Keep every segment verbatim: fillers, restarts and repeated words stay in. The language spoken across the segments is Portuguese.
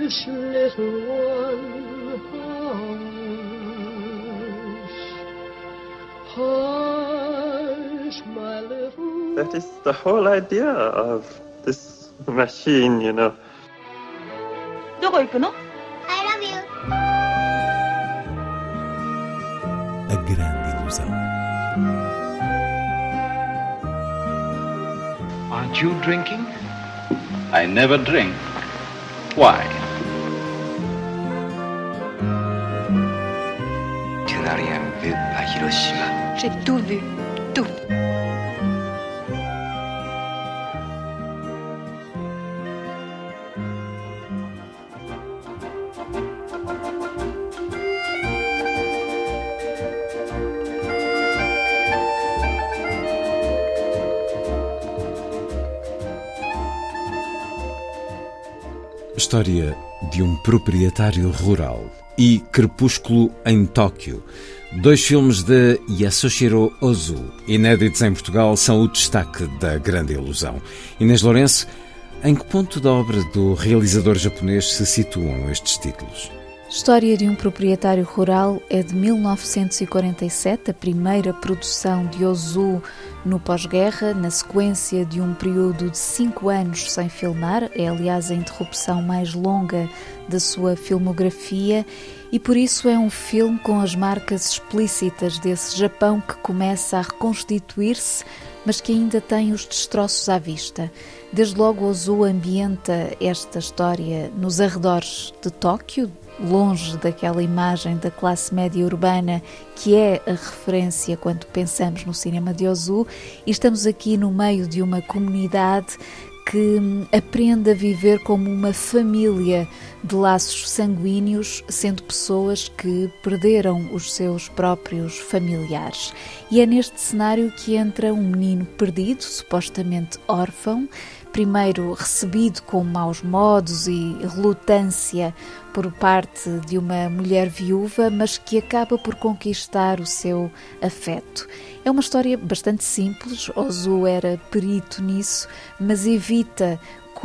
Hush, little one, hush, hush, my little... That is the whole idea of this machine, you know. どこ行くの? I love you. A grande ilusão. Aren't you drinking? I never drink. Why? Tu n'as rien vu à Hiroshima. J'ai tout vu, tout. História de um proprietário rural e Crepúsculo em Tóquio. Dois filmes de Yasuhiro Ozu, inéditos em Portugal, são o destaque da Grande Ilusão. Inês Lourenço, em que ponto da obra do realizador japonês se situam estes títulos? História de um proprietário rural é de mil novecentos e quarenta e sete, a primeira produção de Ozu no pós-guerra, na sequência de um período de cinco anos sem filmar. É, aliás, a interrupção mais longa da sua filmografia e, por isso, é um filme com as marcas explícitas desse Japão que começa a reconstituir-se, mas que ainda tem os destroços à vista. Desde logo, Ozu ambienta esta história nos arredores de Tóquio, longe daquela imagem da classe média urbana que é a referência quando pensamos no cinema de Ozu, e estamos aqui no meio de uma comunidade que aprende a viver como uma família de laços sanguíneos, sendo pessoas que perderam os seus próprios familiares. E é neste cenário que entra um menino perdido, supostamente órfão, primeiro recebido com maus modos e relutância por parte de uma mulher viúva, mas que acaba por conquistar o seu afeto. É uma história bastante simples, Ozu era perito nisso, mas evita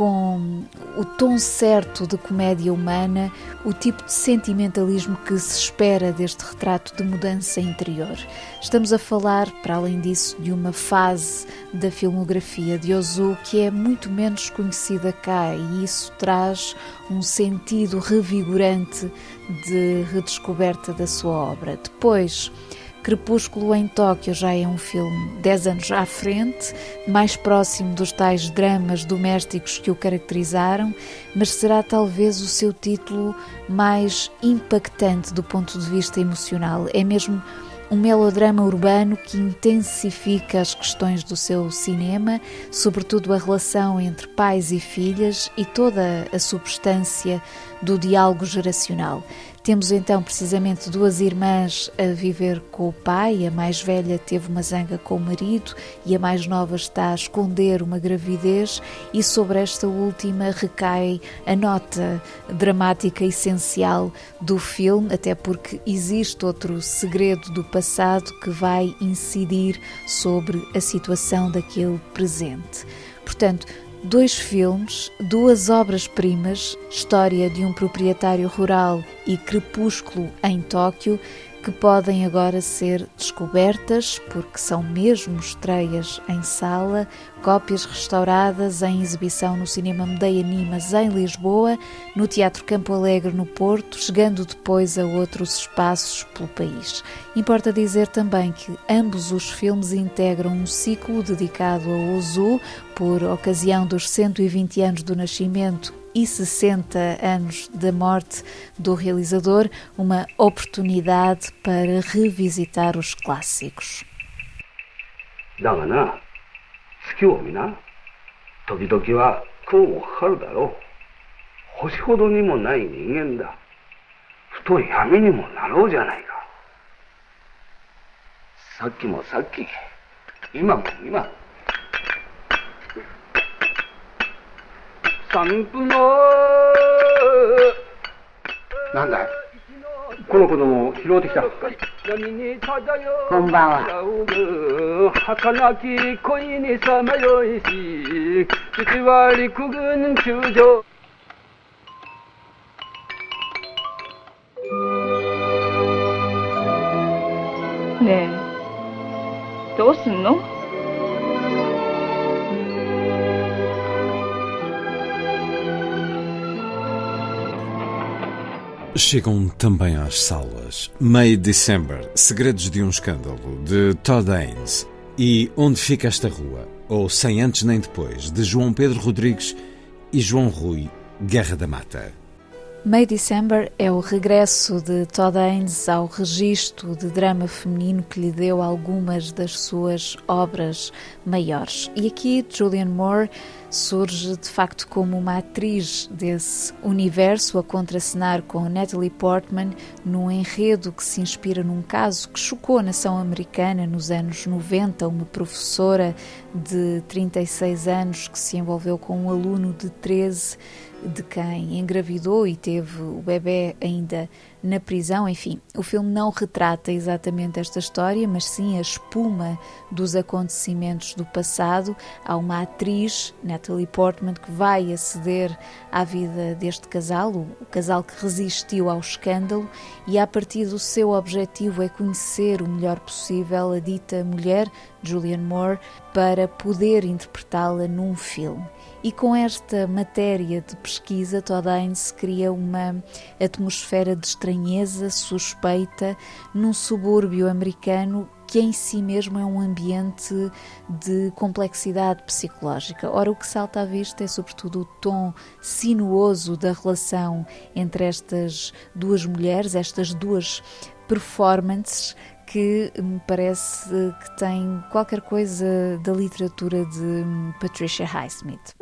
com o tom certo de comédia humana o tipo de sentimentalismo que se espera deste retrato de mudança interior. Estamos a falar, para além disso, de uma fase da filmografia de Ozu que é muito menos conhecida cá, e isso traz um sentido revigorante de redescoberta da sua obra. Depois, Crepúsculo em Tóquio já é um filme dez anos à frente, mais próximo dos tais dramas domésticos que o caracterizaram, mas será talvez o seu título mais impactante do ponto de vista emocional. É mesmo um melodrama urbano que intensifica as questões do seu cinema, sobretudo a relação entre pais e filhas e toda a substância do diálogo geracional. Temos então precisamente duas irmãs a viver com o pai, a mais velha teve uma zanga com o marido e a mais nova está a esconder uma gravidez, e sobre esta última recai a nota dramática essencial do filme, até porque existe outro segredo do passado que vai incidir sobre a situação daquele presente. Portanto, dois filmes, duas obras-primas, História de um proprietário rural e Crepúsculo em Tóquio, que podem agora ser descobertas porque são mesmo estreias em sala, cópias restauradas em exibição no Cinema Medeia Nimas em Lisboa, no Teatro Campo Alegre no Porto, chegando depois a outros espaços pelo país. Importa dizer também que ambos os filmes integram um ciclo dedicado a Ozu por ocasião dos cento e vinte anos do nascimento e sessenta anos da morte do realizador, uma oportunidade para revisitar os clássicos. だがな、月を見な、時々は雲もかかるだろう。星ほどにもない人間だ。ふと闇にもなろうじゃないか。さっきもさっき、今も今。散歩のなんだい、この子供拾ってきた。こんばんは。儚き恋にさまよいし、父は陸軍中将。 있었노? Chegam também às salas May December, Segredos de um Escândalo, de Todd Haynes, e Onde Fica Esta Rua, ou Sem Antes Nem Depois, de João Pedro Rodrigues e João Rui, Guerra da Mata. May December é o regresso de Todd Haynes ao registro de drama feminino que lhe deu algumas das suas obras maiores. E aqui Julianne Moore surge de facto como uma atriz desse universo, a contracenar com Natalie Portman num enredo que se inspira num caso que chocou a nação americana nos anos noventa, uma professora de trinta e seis anos que se envolveu com um aluno de treze, de quem engravidou e teve o bebê ainda na prisão. Enfim, o filme não retrata exatamente esta história, mas sim a espuma dos acontecimentos do passado. Há uma atriz, Natalie Portman, que vai aceder à vida deste casal, o casal que resistiu ao escândalo, e a partir do seu objetivo é conhecer o melhor possível a dita mulher, Julianne Moore, para poder interpretá-la num filme. E com esta matéria de pesquisa, Todd Haynes cria uma atmosfera de estranheza, suspeita, num subúrbio americano que em si mesmo é um ambiente de complexidade psicológica. Ora, o que salta à vista é sobretudo o tom sinuoso da relação entre estas duas mulheres, estas duas performances, que me parece que tem qualquer coisa da literatura de Patricia Highsmith.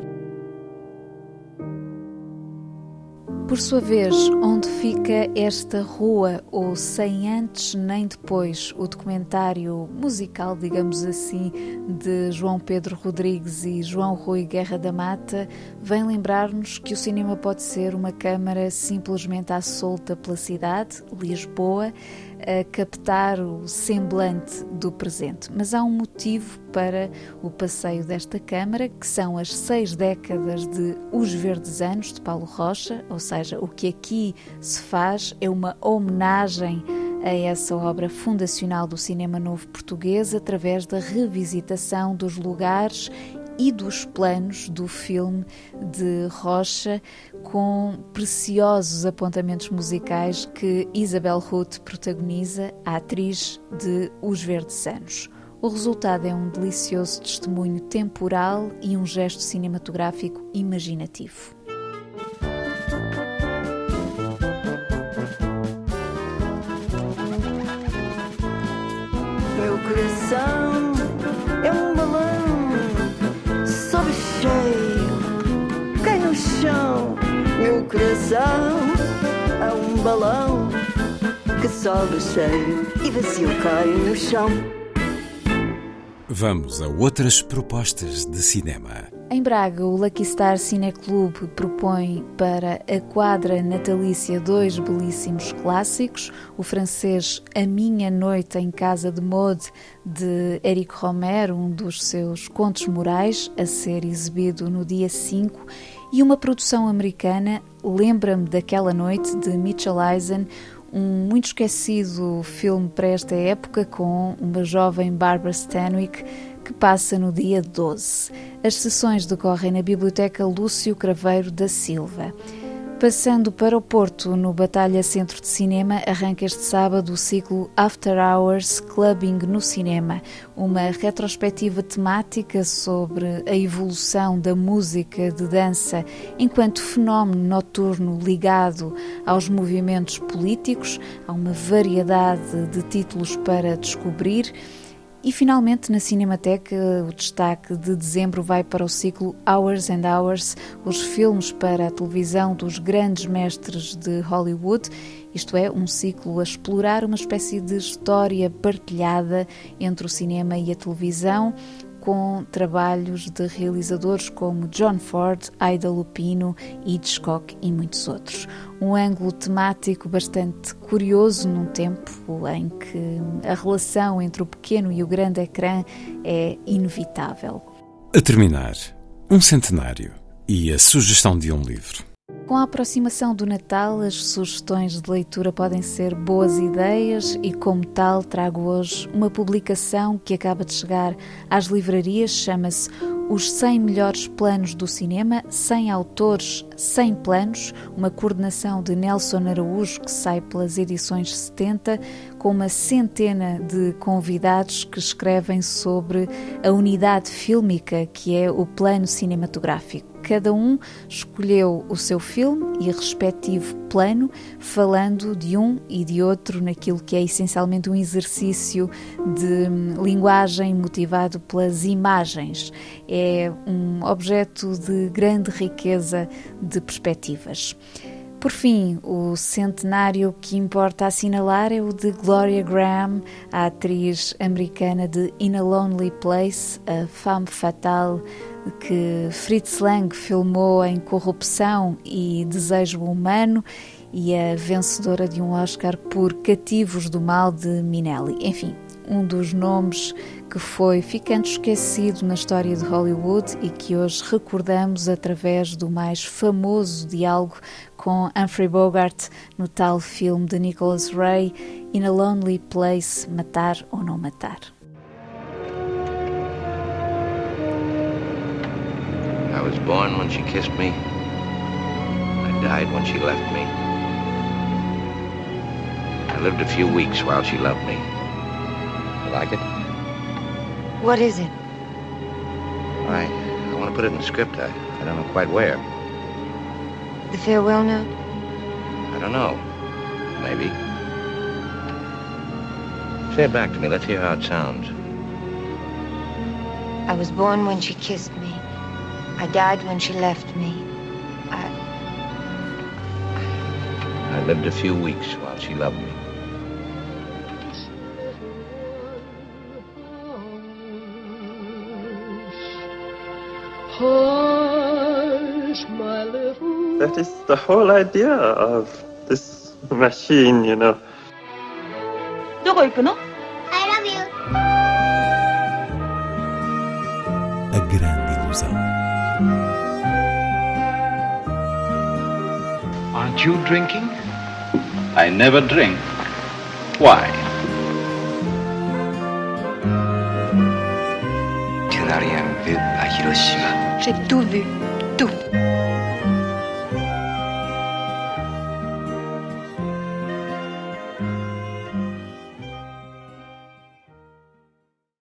Por sua vez, Onde Fica Esta Rua, ou Sem Antes Nem Depois, o documentário musical, digamos assim, de João Pedro Rodrigues e João Rui Guerra da Mata, vem lembrar-nos que o cinema pode ser uma câmara simplesmente à solta pela cidade, Lisboa, a captar o semblante do presente. Mas há um motivo para o passeio desta câmara, que são as seis décadas de Os Verdes Anos, de Paulo Rocha, ou seja, o que aqui se faz é uma homenagem a essa obra fundacional do cinema novo português através da revisitação dos lugares e dos planos do filme de Rocha, com preciosos apontamentos musicais que Isabel Ruth protagoniza, a atriz de Os Verdes Anos. O resultado é um delicioso testemunho temporal e um gesto cinematográfico imaginativo. Meu coração é um balão sob cheio, cai no chão. Meu coração é um balão que sobe cheio e vazio cai no chão. Vamos a outras propostas de cinema. Em Braga, o Lucky Star Cineclub propõe para a quadra natalícia dois belíssimos clássicos. O francês A Minha Noite em Casa de Maud, de Éric Romer, um dos seus contos morais, a ser exibido no dia cinco, e uma produção americana, Lembra-me Daquela Noite, de Mitchell Eisen, um muito esquecido filme para esta época, com uma jovem Barbara Stanwyck, que passa no dia doze. As sessões decorrem na Biblioteca Lúcio Craveiro da Silva. Passando para o Porto, no Batalha Centro de Cinema, arranca este sábado o ciclo After Hours Clubbing no Cinema, uma retrospectiva temática sobre a evolução da música de dança enquanto fenómeno noturno ligado aos movimentos políticos. Há uma variedade de títulos para descobrir. E, finalmente, na Cinemateca, o destaque de dezembro vai para o ciclo Hours and Hours, os filmes para a televisão dos grandes mestres de Hollywood, isto é, um ciclo a explorar uma espécie de história partilhada entre o cinema e a televisão, com trabalhos de realizadores como John Ford, Ida Lupino, Hitchcock e muitos outros. Um ângulo temático bastante curioso num tempo em que a relação entre o pequeno e o grande ecrã é inevitável. A terminar, um centenário e a sugestão de um livro. Com a aproximação do Natal, as sugestões de leitura podem ser boas ideias e, como tal, trago hoje uma publicação que acaba de chegar às livrarias, chama-se Os cem Melhores Planos do Cinema, cem Autores, cem Planos, uma coordenação de Nelson Araújo que sai pelas edições setenta, com uma centena de convidados que escrevem sobre a unidade fílmica que é o plano cinematográfico. Cada um escolheu o seu filme e respectivo plano, falando de um e de outro naquilo que é essencialmente um exercício de linguagem motivado pelas imagens. É um objeto de grande riqueza de perspectivas. Por fim, o centenário que importa assinalar é o de Gloria Graham, a atriz americana de In a Lonely Place, a femme fatale que Fritz Lang filmou em Corrupção e Desejo Humano, e a vencedora de um Oscar por Cativos do Mal de Minnelli. Enfim, um dos nomes que foi ficando esquecido na história de Hollywood e que hoje recordamos através do mais famoso diálogo com Humphrey Bogart no tal filme de Nicholas Ray, In a Lonely Place, Matar ou Não Matar. I was born when she kissed me. I died when she left me. I lived a few weeks while she loved me. You like it? What is it? I, I want to put it in the script. I, I don't know quite where. The farewell note? I don't know. Maybe. Say it back to me. Let's hear how it sounds. I was born when she kissed me. I died when she left me. I... I lived a few weeks while she loved me. Hush, my little... That is the whole idea of this machine, you know. どこ行くの? I love you. A grande ilusão. Aren't you drinking? I never drink. Why? Tu n'as rien vu à Hiroshima. J'ai tout vu, tout.